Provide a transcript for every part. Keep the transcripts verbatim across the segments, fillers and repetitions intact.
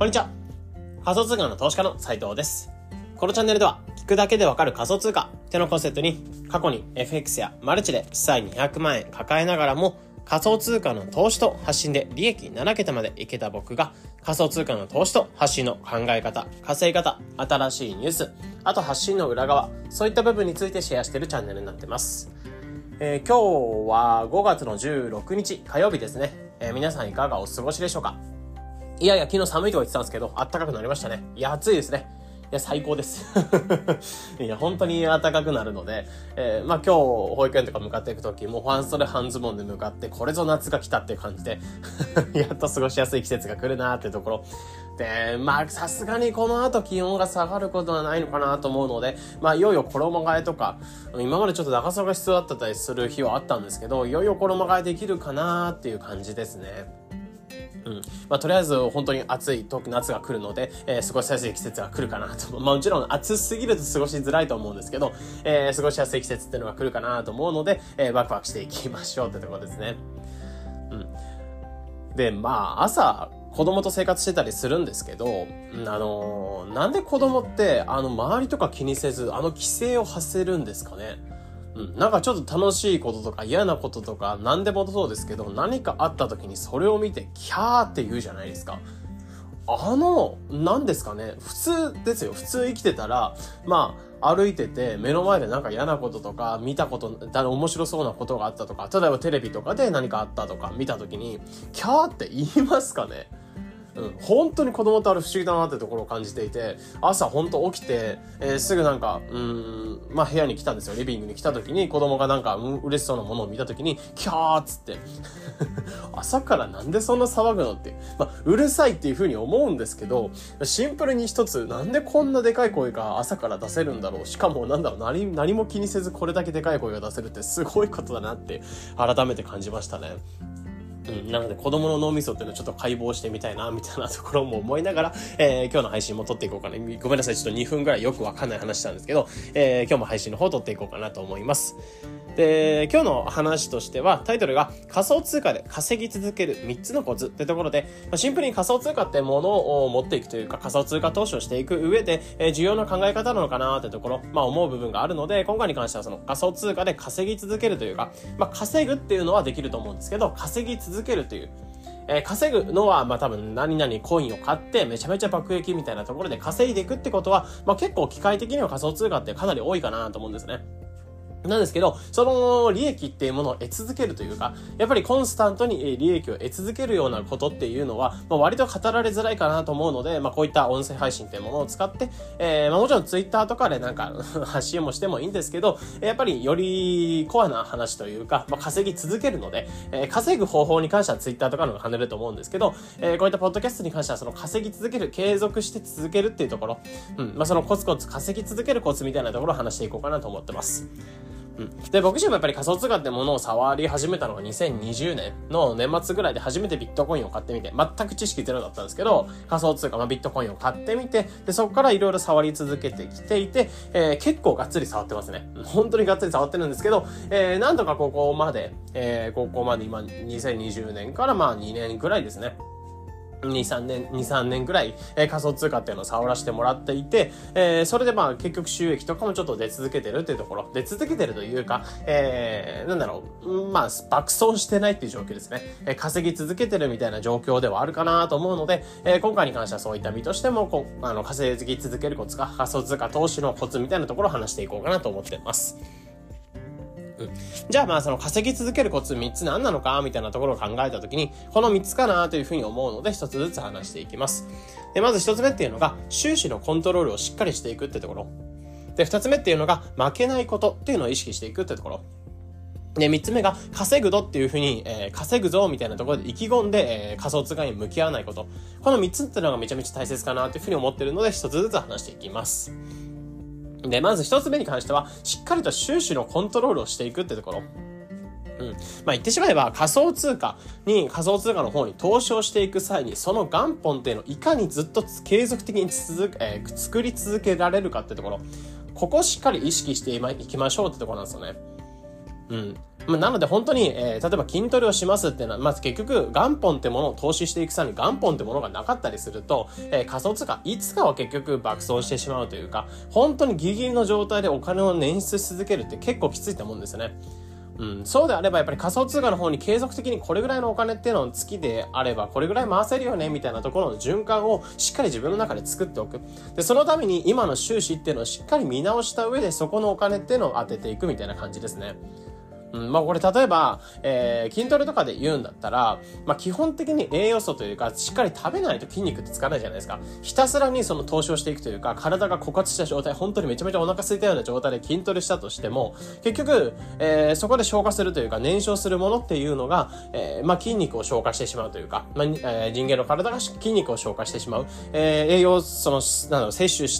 こんにちは。仮想通貨の投資家の斉藤です。このチャンネルでは聞くだけでわかる仮想通貨ってのコンセプトに、過去に エフエックス やマルチで負債にひゃくまんえん抱えながらも仮想通貨の投資と発信で利益ななけたまでいけた僕が、仮想通貨の投資と発信の考え方、稼ぎ方、新しいニュース、あと発信の裏側、そういった部分についてシェアしているチャンネルになってます。えー、今日はごがつのじゅうろくにち火曜日ですね。えー、皆さんいかがお過ごしでしょうか。いやいや、昨日寒いとか言ってたんですけど、暖かくなりましたね。いや、暑いですね。いや、最高です。いや、本当に暖かくなるので、えー、まあ今日、保育園とか向かっていくとき、もう半袖半ズボンで向かって、これぞ夏が来たっていう感じで、やっと過ごしやすい季節が来るなーってところ。で、まあ、さすがにこの後気温が下がることはないのかなと思うので、まあ、いよいよ衣替えとか、今までちょっと長袖が必要だったりする日はあったんですけど、いよいよ衣替えできるかなーっていう感じですね。うん。まあ、とりあえず本当に暑い夏が来るので、えー、過ごしやすい季節が来るかなと。まあ、もちろん暑すぎると過ごしづらいと思うんですけど、えー、過ごしやすい季節っていうのが来るかなと思うので、えー、ワクワクしていきましょうってところですね。うん。で、まあ、朝、子供と生活してたりするんですけど、あのー、なんで子供って、あの、周りとか気にせず、あの規制を発せるんですかね。うん、なんかちょっと楽しいこととか嫌なこととか何でもそうですけど、何かあった時にそれを見てキャーって言うじゃないですか。あの、何ですかね。普通ですよ。普通生きてたら、まあ、歩いてて目の前でなんか嫌なこととか見たこと、面白そうなことがあったとか、例えばテレビとかで何かあったとか見た時に、キャーって言いますかね。うん、本当に子供ってあれ不思議だなってところを感じていて、朝本当起きて、えー、すぐなんか、うーん、まあ部屋に来たんですよ。リビングに来た時に子供がなんか、うん、嬉しそうなものを見た時に、キャーっつって、朝からなんでそんな騒ぐのって、まあうるさいっていう風に思うんですけど、シンプルに一つ、なんでこんなでかい声が朝から出せるんだろう。しかもなんだろう、何、何も気にせずこれだけでかい声が出せるってすごいことだなって改めて感じましたね。うん、なので子供の脳みそっていうのをちょっと解剖してみたいなみたいなところも思いながら、えー、今日の配信も撮っていこうかな。ごめんなさい、ちょっとにふんぐらいよくわかんない話なんですけど、えー、今日も配信の方を撮っていこうかなと思います。で、今日の話としてはタイトルが仮想通貨で稼ぎ続けるみっつのコツってところで、シンプルに仮想通貨ってものを持っていくというか、仮想通貨投資をしていく上で、えー、重要な考え方なのかなってところ、まあ思う部分があるので、今回に関してはその仮想通貨で稼ぎ続けるというか、まあ稼ぐっていうのはできると思うんですけど、稼ぎ続けるというえー、稼ぐのは、まあ、多分何々コインを買ってめちゃめちゃ爆益みたいなところで稼いでいくってことは、まあ、結構機械的には仮想通貨ってかなり多いかなと思うんですね。なんですけど、その利益っていうものを得続けるというか、やっぱりコンスタントに利益を得続けるようなことっていうのは、まあ、割と語られづらいかなと思うので、まあ、こういった音声配信っていうものを使って、えー、まあ、もちろんツイッターとかでなんか発信もしてもいいんですけど、やっぱりよりコアな話というか、まあ、稼ぎ続けるので、えー、稼ぐ方法に関してはツイッターとかの方が跳ねると思うんですけど、えー、こういったポッドキャストに関してはその稼ぎ続ける、継続して続けるっていうところ、うん、まあ、そのコツコツ稼ぎ続けるコツみたいなところを話していこうかなと思ってます。うん、で、僕自身もやっぱり仮想通貨ってものを触り始めたのがにせんにじゅうねんの年末ぐらいで初めてビットコインを買ってみて、全く知識ゼロだったんですけど、仮想通貨、まあ、ビットコインを買ってみて、で、そこからいろいろ触り続けてきていて、えー、結構がっつり触ってますね。本当にがっつり触ってるんですけど、えー、なんとかここまで、えー、ここまで今にせんにじゅうねんからまあにねんぐらいですね。に、さんねん、に、さんねんぐらい、えー、仮想通貨っていうのを触らせてもらっていて、えー、それでまあ結局収益とかもちょっと出続けてるっていうところ、出続けてるというか、えー、なんだろう、まあ爆走してないっていう状況ですね。えー、稼ぎ続けてるみたいな状況ではあるかなと思うので、えー、今回に関してはそういった身としても、こう、あの、稼ぎ続けるコツか、仮想通貨投資のコツみたいなところを話していこうかなと思ってます。うん、じゃあまあその稼ぎ続けるコツみっつ何なのかみたいなところを考えたときに、このみっつかなというふうに思うのでひとつずつ話していきます。で、まずひとつめっていうのが収支のコントロールをしっかりしていくってところ。で、ふたつめっていうのが負けないことっていうのを意識していくってところ。で、みっつめが稼ぐぞっていうふうに、えー、稼ぐぞみたいなところで意気込んで、えー、仮想通貨に向き合わないこと。このみっつっていうのがめちゃめちゃ大切かなというふうに思っているのでひとつずつ話していきます。で、まず一つ目に関しては、しっかりと収支のコントロールをしていくってところ。うん。まあ言ってしまえば仮想通貨に、仮想通貨の方に投資をしていく際に、その元本っていうのをいかにずっと継続的に続く、えー、作り続けられるかってところ。ここをしっかり意識していきましょうってところなんですよね。 うん。まあ、なので本当に、えー、例えば筋トレをしますっていうのは、まず結局元本ってものを投資していく際に元本ってものがなかったりすると、えー、仮想通貨いつかは結局爆損してしまうというか、本当にギリギリの状態でお金を捻出し続けるって結構きついと思うんですよね。うん、そうであればやっぱり仮想通貨の方に継続的にこれぐらいのお金っていうのを月であればこれぐらい回せるよねみたいなところの循環をしっかり自分の中で作っておく。で、そのために今の収支っていうのをしっかり見直した上でそこのお金っていうのを当てていくみたいな感じですね。うん、まあこれ例えば、えー、筋トレとかで言うんだったら、まあ基本的に栄養素というか、しっかり食べないと筋肉ってつかないじゃないですか。ひたすらにその投資をしていくというか、体が枯渇した状態、本当にめちゃめちゃお腹空いたような状態で筋トレしたとしても、結局、えー、そこで消化するというか、燃焼するものっていうのが、えー、まあ筋肉を消化してしまうというか、まあ、えー、人間の体が筋肉を消化してしまう、えー、栄養素の、なんだろう、摂取して、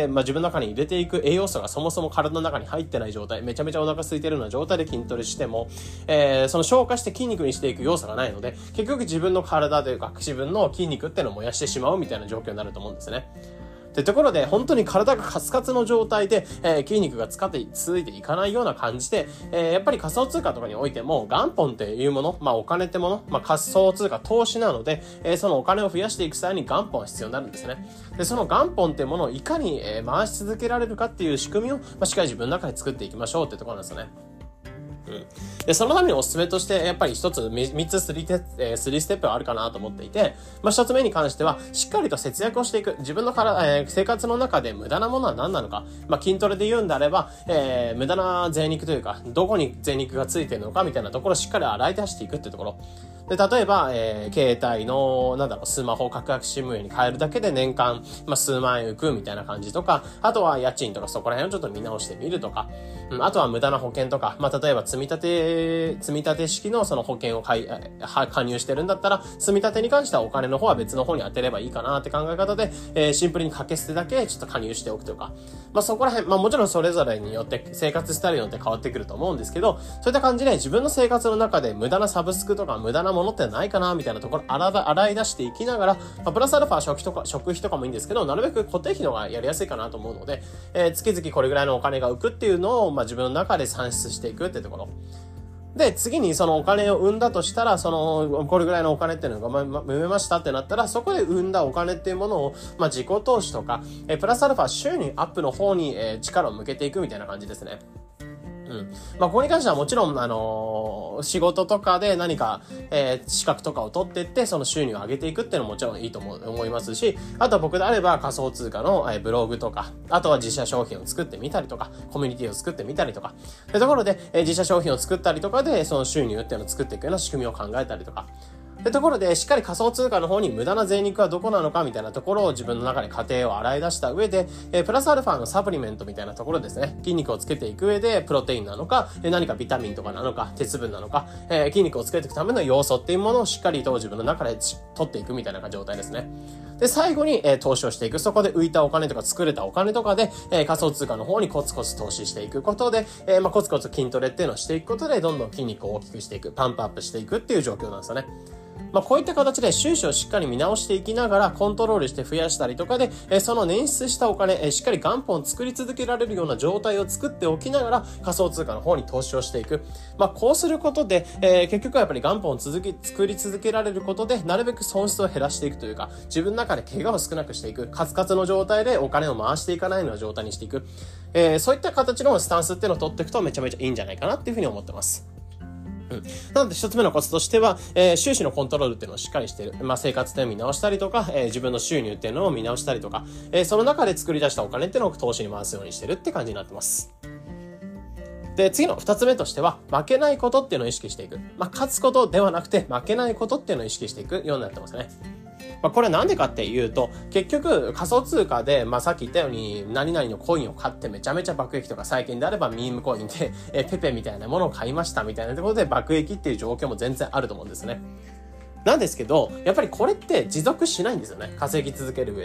まあ自分の中に入れていく栄養素がそもそも体の中に入ってない状態、めちゃめちゃお腹空いてるような状態で筋トレしても、えー、その消化して筋肉にしていく要素がないので、結局自分の体というか自分の筋肉っていうのを燃やしてしまうみたいな状況になると思うんですね。というところで本当に体がカツカツの状態で、えー、筋肉がつかって続いていかないような感じで、えー、やっぱり仮想通貨とかにおいても元本っていうもの、まあお金ってもの、まあ仮想通貨投資なので、えー、そのお金を増やしていく際に元本は必要になるんですね。で、その元本っていうものをいかに、えー、回し続けられるかっていう仕組みを、まあ、しっかり自分の中で作っていきましょうっていうところなんですよね。うん。で、そのためにおすすめとして、やっぱり一つ、三つ、スリー、えー、スリーステップはあるかなと思っていて、まあ、一つ目に関しては、しっかりと節約をしていく。自分のから、えー、生活の中で無駄なものは何なのか。まあ、筋トレで言うんであれば、えー、無駄な贅肉というか、どこに贅肉がついているのかみたいなところをしっかり洗い出していくっていうところ。で、例えば、えー、携帯の、なんだろう、スマホ格安 SIM に変えるだけで年間、まあ、数万円浮くみたいな感じとか、あとは家賃とかそこら辺をちょっと見直してみるとか、うん、あとは無駄な保険とか、まあ、例えば積み立て、積み立て式のその保険を買い、は、加入してるんだったら、積み立てに関してはお金の方は別の方に当てればいいかなって考え方で、えー、シンプルに掛け捨てだけちょっと加入しておくとか、まあ、そこら辺、まあ、もちろんそれぞれによって生活スタイルによって変わってくると思うんですけど、そういった感じで自分の生活の中で無駄なサブスクとか無駄なものってないかなみたいなところ洗洗い出していきながら、まあ、プラスアルファ食費とか食費とかもいいんですけど、なるべく固定費の方がやりやすいかなと思うので、えー、月々これぐらいのお金が浮くっていうのを、まあ、自分の中で算出していくっていうところで、次にそのお金を生んだとしたら、そのこれぐらいのお金っていうのがま埋めましたってなったら、そこで生んだお金っていうものを、まあ、自己投資とか、えー、プラスアルファ収入アップの方に、えー、力を向けていくみたいな感じですね。うん。まあ、ここに関してはもちろん、あのー、仕事とかで何か、えー、資格とかを取っていって、その収入を上げていくっていうのももちろんいいと思思いますし、あとは僕であれば仮想通貨の、えー、ブログとか、あとは自社商品を作ってみたりとか、コミュニティを作ってみたりとか、というところで、えー、自社商品を作ったりとかで、その収入っていうのを作っていくような仕組みを考えたりとか、ってところで、しっかり仮想通貨の方に無駄な贅肉はどこなのかみたいなところを自分の中で過程を洗い出した上で、えー、プラスアルファのサプリメントみたいなところですね。筋肉をつけていく上で、プロテインなのか、えー、何かビタミンとかなのか、鉄分なのか、えー、筋肉をつけていくための要素っていうものをしっかりと自分の中で取っていくみたいな状態ですね。で、最後に、えー、投資をしていく。そこで浮いたお金とか作れたお金とかで、えー、仮想通貨の方にコツコツ投資していくことで、えー、まあ、コツコツ筋トレっていうのをしていくことで、どんどん筋肉を大きくしていく、パンプアップしていくっていう状況なんですよね。まあ、こういった形で収支をしっかり見直していきながらコントロールして増やしたりとかで、えー、その捻出したお金、えー、しっかり元本を作り続けられるような状態を作っておきながら仮想通貨の方に投資をしていく。まあ、こうすることで、えー、結局はやっぱり元本を続き、作り続けられることで、なるべく損失を減らしていくというか、自分の中で怪我を少なくしていく、カツカツの状態でお金を回していかないような状態にしていく。えー、そういった形のスタンスっていうのを取っていくとめちゃめちゃいいんじゃないかなっていうふうに思ってます。うん。なので一つ目のコツとしては、えー、収支のコントロールっていうのをしっかりしている。まあ、生活点を見直したりとか、えー、自分の収入っていうのを見直したりとか、えー、その中で作り出したお金っていうのを投資に回すようにしてるって感じになってます。で、次の二つ目としては、負けないことっていうのを意識していく。まあ、勝つことではなくて、負けないことっていうのを意識していくようになってますね。まあ、これはなんでかっていうと、結局仮想通貨で、まあ、さっき言ったように何々のコインを買ってめちゃめちゃ爆益とか、最近であればミームコインで、えペペみたいなものを買いましたみたいなところで爆益っていう状況も全然あると思うんですね。なんですけど、やっぱりこれって持続しないんですよね。稼ぎ続ける上で。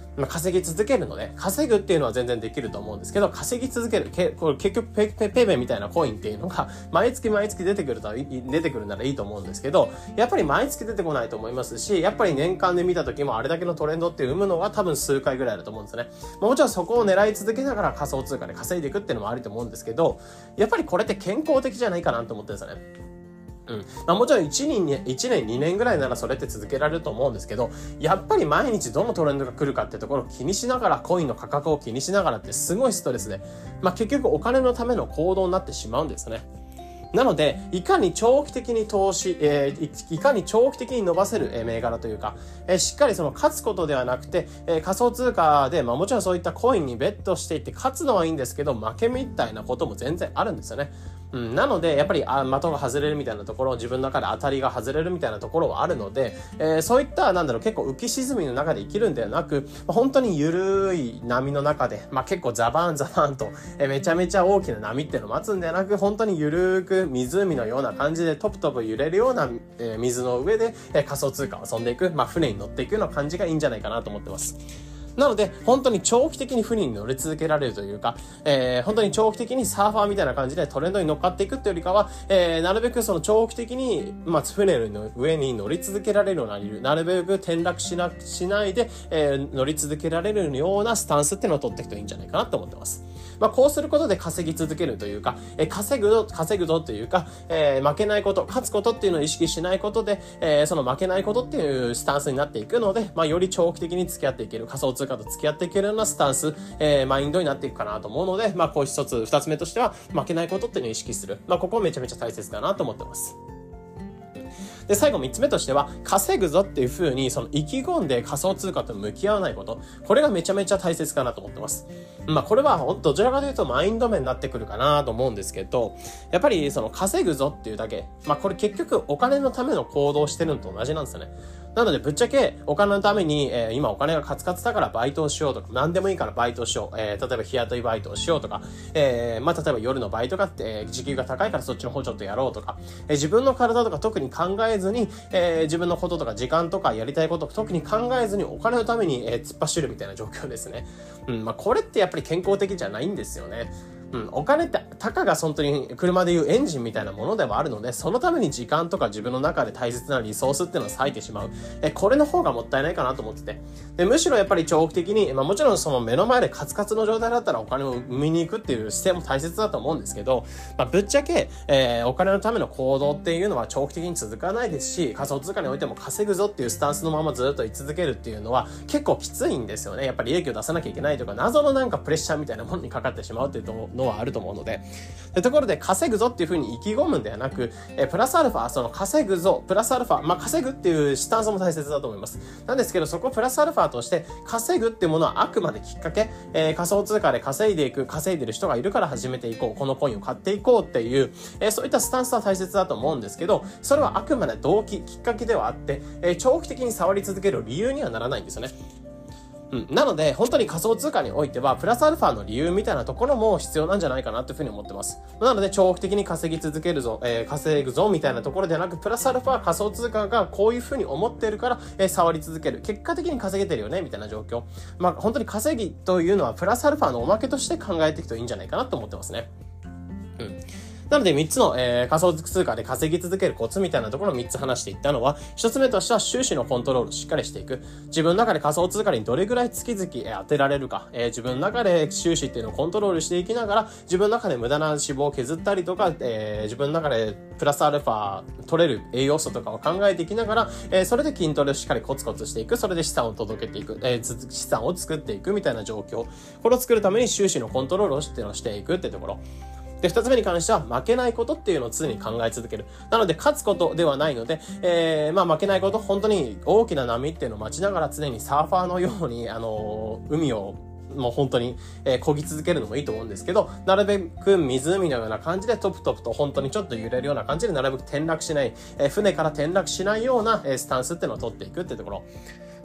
まあ、稼ぎ続けるので、稼ぐっていうのは全然できると思うんですけど、稼ぎ続ける、けこれ結局ペイペイペイペイみたいなコインっていうのが、毎月毎月出てくると、出てくるならいいと思うんですけど、やっぱり毎月出てこないと思いますし、やっぱり年間で見た時もあれだけのトレンドって生むのは多分数回ぐらいだと思うんですよね。まあ、もちろんそこを狙い続けながら仮想通貨で稼いでいくっていうのもありと思うんですけど、やっぱりこれって健康的じゃないかなと思ってるんですよね。うん。まあもちろんいちねん、いちねん、にねんぐらいならそれって続けられると思うんですけど、やっぱり毎日どのトレンドが来るかってところを気にしながら、コインの価格を気にしながらってすごいストレスで、まあ結局お金のための行動になってしまうんですね。なので、いかに長期的に投資、えー、いかに長期的に伸ばせる銘柄というか、えー、しっかりその勝つことではなくて、えー、仮想通貨で、まあもちろんそういったコインにベットしていって勝つのはいいんですけど、負けみたいなことも全然あるんですよね。うん、なので、やっぱり、あ、的が外れるみたいなところ、自分の中で当たりが外れるみたいなところはあるので、えー、そういった、なんだろう、結構浮き沈みの中で生きるんではなく、本当に緩い波の中で、まあ結構ザバーンザバーンと、えー、めちゃめちゃ大きな波っていうのを待つんではなく、本当に緩く湖のような感じでトプトプ揺れるような、えー、水の上で、えー、仮想通貨を遊んでいく、まあ船に乗っていくような感じがいいんじゃないかなと思ってます。なので、本当に長期的に船に乗り続けられるというか、えー、本当に長期的にサーファーみたいな感じでトレンドに乗っかっていくっていうよりかは、えー、なるべくその長期的に、まあ、船の上に乗り続けられるような理由、なるべく転落しな、しないで、えー、乗り続けられるようなスタンスっていうのを取っていくといいんじゃないかなと思ってます。まあ、こうすることで稼ぎ続けるというか、えー、稼ぐぞ、稼ぐぞというか、えー、負けないこと、勝つことっていうのを意識しないことで、えー、その負けないことっていうスタンスになっていくので、まあ、より長期的に付き合っていける、仮想通貨と付き合っていけるようなスタンス、えー、マインドになっていくかなと思うので、まあ、こう一つ、二つ目としては、負けないことっていうのを意識する。まあ、ここめちゃめちゃ大切だなと思ってます。で、最後三つ目としては、稼ぐぞっていう風に、その意気込んで仮想通貨と向き合わないこと。これがめちゃめちゃ大切かなと思ってます。まあ、これは、どちらかというとマインド面になってくるかなと思うんですけど、やっぱり、その稼ぐぞっていうだけ。まあ、これ結局お金のための行動をしてるのと同じなんですよね。なので、ぶっちゃけ、お金のために、えー、今お金がカツカツだからバイトをしようとか、何でもいいからバイトをしよう。えー、例えば日雇いバイトをしようとか、えー、まあ、例えば夜のバイトがあって、えー、時給が高いからそっちの方ちょっとやろうとか、えー、自分の体とか特に考えずに、えー、自分のこととか時間とかやりたいこと特に考えずにお金のために、えー、突っ走るみたいな状況ですね。うん、まあ、これってやっぱり健康的じゃないんですよね。うん、お金って、たかが本当に車でいうエンジンみたいなものではあるので、そのために時間とか自分の中で大切なリソースっていうのを割いてしまう。え、これの方がもったいないかなと思ってて。で、むしろやっぱり長期的に、まあもちろんその目の前でカツカツの状態だったらお金を生みに行くっていう姿勢も大切だと思うんですけど、まあぶっちゃけ、えー、お金のための行動っていうのは長期的に続かないですし、仮想通貨においても稼ぐぞっていうスタンスのままずっと居続けるっていうのは結構きついんですよね。やっぱり利益を出さなきゃいけないとか、謎のなんかプレッシャーみたいなものにかかってしまうっていうのはあると思うので、でところで稼ぐぞっていう風に意気込むんではなく、えプラスアルファ、その稼ぐぞ、プラスアルファ、まあ稼ぐっていうスタンスも大切だと思います。なんですけど、そこをプラスアルファとして稼ぐっていうものはあくまできっかけ、えー、仮想通貨で稼いでいく、稼いでる人がいるから始めていこう、このコインを買っていこうっていう、えー、そういったスタンスは大切だと思うんですけど、それはあくまで動機、きっかけではあって、えー、長期的に触り続ける理由にはならないんですよね。うん。なので、本当に仮想通貨においては、プラスアルファの理由みたいなところも必要なんじゃないかなというふうに思ってます。なので、長期的に稼ぎ続けるぞ、えー、稼ぐぞみたいなところではなく、プラスアルファ仮想通貨がこういうふうに思っているから、えー、触り続ける。結果的に稼げてるよね、みたいな状況。まあ、本当に稼ぎというのは、プラスアルファのおまけとして考えていくといいんじゃないかなと思ってますね。うん。なのでみっつの、えー、仮想通貨で稼ぎ続けるコツみたいなところをみっつ話していったのは、ひとつめとしては収支のコントロールをしっかりしていく。自分の中で仮想通貨にどれぐらい月々、えー、当てられるか、えー、自分の中で収支っていうのをコントロールしていきながら、自分の中で無駄な脂肪を削ったりとか、えー、自分の中でプラスアルファ取れる栄養素とかを考えていきながら、えー、それで筋トレをしっかりコツコツしていく。それで資産を届けていく。えー、資産を作っていくみたいな状況。これを作るために収支のコントロールをしてのしていくってところ。で、二つ目に関しては、負けないことっていうのを常に考え続ける。なので、勝つことではないので、えー、まあ、負けないこと、本当に大きな波っていうのを待ちながら常にサーファーのように、あのー、海を、もう本当に、えー、漕ぎ続けるのもいいと思うんですけど、なるべく湖のような感じでトプトプと本当にちょっと揺れるような感じでなるべく転落しない、えー、船から転落しないような、えー、スタンスっていうのを取っていくってところ。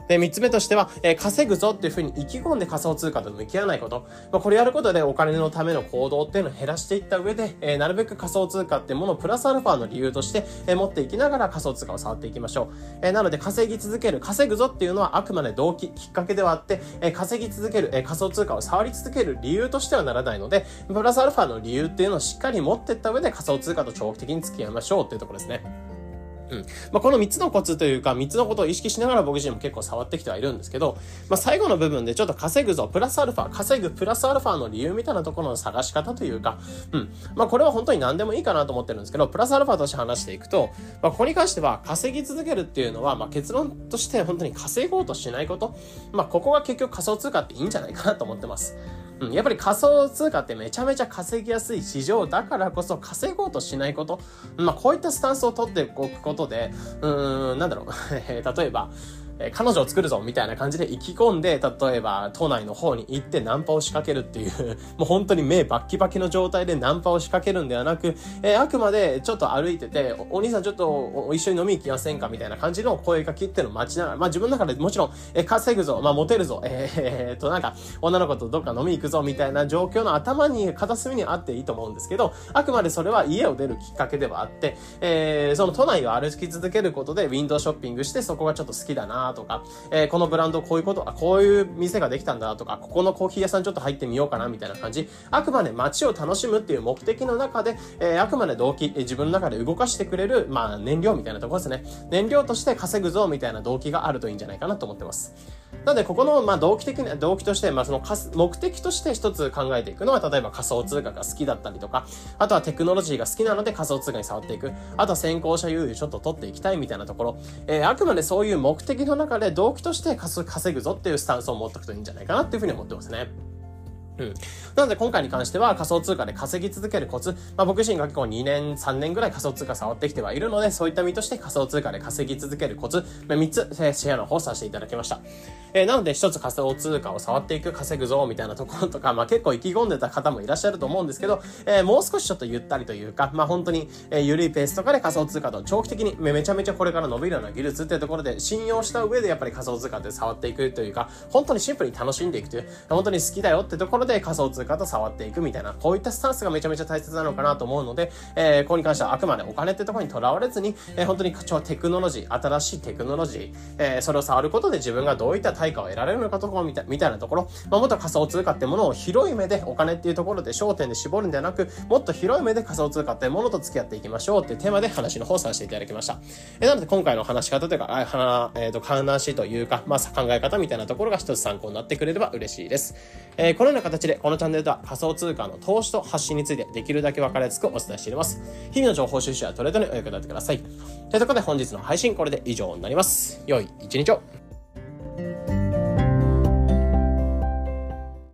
で、三つ目としては、えー、稼ぐぞっていうふうに意気込んで仮想通貨と向き合わないこと。まあ、これやることでお金のための行動っていうのを減らしていった上で、えー、なるべく仮想通貨っていうものをプラスアルファの理由として、えー、持っていきながら仮想通貨を触っていきましょう。えー、なので稼ぎ続ける、稼ぐぞっていうのはあくまで動機、きっかけではあって、えー、稼ぎ続ける、えー、仮想通貨を触り続ける理由としてはならないので、プラスアルファの理由っていうのをしっかり持っていった上で仮想通貨と長期的に付き合いましょうっていうところですね。うん。まあ、このみっつのコツというか、みっつのことを意識しながら僕自身も結構触ってきてはいるんですけど、まあ、最後の部分でちょっと稼ぐぞ、プラスアルファ、稼ぐプラスアルファの理由みたいなところの探し方というか、うん。まあ、これは本当に何でもいいかなと思ってるんですけど、プラスアルファとして話していくと、まあ、ここに関しては稼ぎ続けるっていうのは、まあ、結論として本当に稼ごうとしないこと。まあ、ここが結局仮想通貨っていいんじゃないかなと思ってます。うん、やっぱり仮想通貨ってめちゃめちゃ稼ぎやすい市場だからこそ稼ごうとしないこと。まあ、こういったスタンスを取っておくことで、うーん、なんだろう。例えば、えー、彼女を作るぞみたいな感じで意気込んで、例えば都内の方に行ってナンパを仕掛けるっていう、もう本当に目バッキバキの状態でナンパを仕掛けるんではなく、えー、あくまでちょっと歩いてて、お, お兄さんちょっと一緒に飲み行きませんかみたいな感じの声かけっていうのを待ちながら、まあ自分の中でもちろん、えー、稼ぐぞ、まあモテるぞ、えー、えー、となんか女の子とどっか飲み行くぞみたいな状況の頭に片隅にあっていいと思うんですけど、あくまでそれは家を出るきっかけではあって、えー、その都内を歩き続けることでウィンドウショッピングしてそこがちょっと好きだなとか、えーこのブランドこういうこと、あ、こういう店ができたんだとか、ここのコーヒー屋さんちょっと入ってみようかなみたいな感じ。あくまで街を楽しむっていう目的の中で、えー、あくまで動機、えー、自分の中で動かしてくれる、まあ燃料みたいなところですね。燃料として稼ぐぞみたいな動機があるといいんじゃないかなと思ってます。なので、ここの、まあ、動機的な、動機として、まあ、その、目的として一つ考えていくのは、例えば仮想通貨が好きだったりとか、あとはテクノロジーが好きなので仮想通貨に触っていく。あとは先行者優位をちょっと取っていきたいみたいなところ。えー、あくまでそういう目的の中で動機として稼ぐぞっていうスタンスを持っておくといいんじゃないかなっていうふうに思ってますね。うん。なので今回に関しては仮想通貨で稼ぎ続けるコツ。まあ僕自身が結構にねん、さんねんぐらい仮想通貨触ってきてはいるので、そういった身として仮想通貨で稼ぎ続けるコツ、まあ、みっつシェアの方させていただきました。えー、なので一つ仮想通貨を触っていく、稼ぐぞみたいなところとか、まあ結構意気込んでた方もいらっしゃると思うんですけど、えー、もう少しちょっとゆったりというか、まあ本当に、えー、緩いペースとかで仮想通貨と長期的にめちゃめちゃこれから伸びるような技術っていうところで信用した上でやっぱり仮想通貨で触っていくというか、本当にシンプルに楽しんでいくという、本当に好きだよってところで仮想通貨と触っていくみたいな、こういったスタンスがめちゃめちゃ大切なのかなと思うので、えー、ここに関してはあくまでお金ってところにとらわれずに、えー、本当に超テクノロジー、新しいテクノロジー、えー、それを触ることで自分がどういった対価を得られるのかところみたいみたいなところ、まあ、もっと仮想通貨ってものを広い目でお金っていうところで焦点で絞るんではなく、もっと広い目で仮想通貨ってものと付き合っていきましょうっていうテーマで話の方をさせていただきました。えー、なので今回の話し方というか、あえー、と話というか、まあ、考え方みたいなところが一つ参考になってくれれば嬉しいです。えー、このような形でこのチャンネルでは仮想通貨の投資と発信についてできるだけ分かりやすくお伝えしています。日々の情報収集やトレードにお役立てください。ということで本日の配信これで以上になります。良い一日を。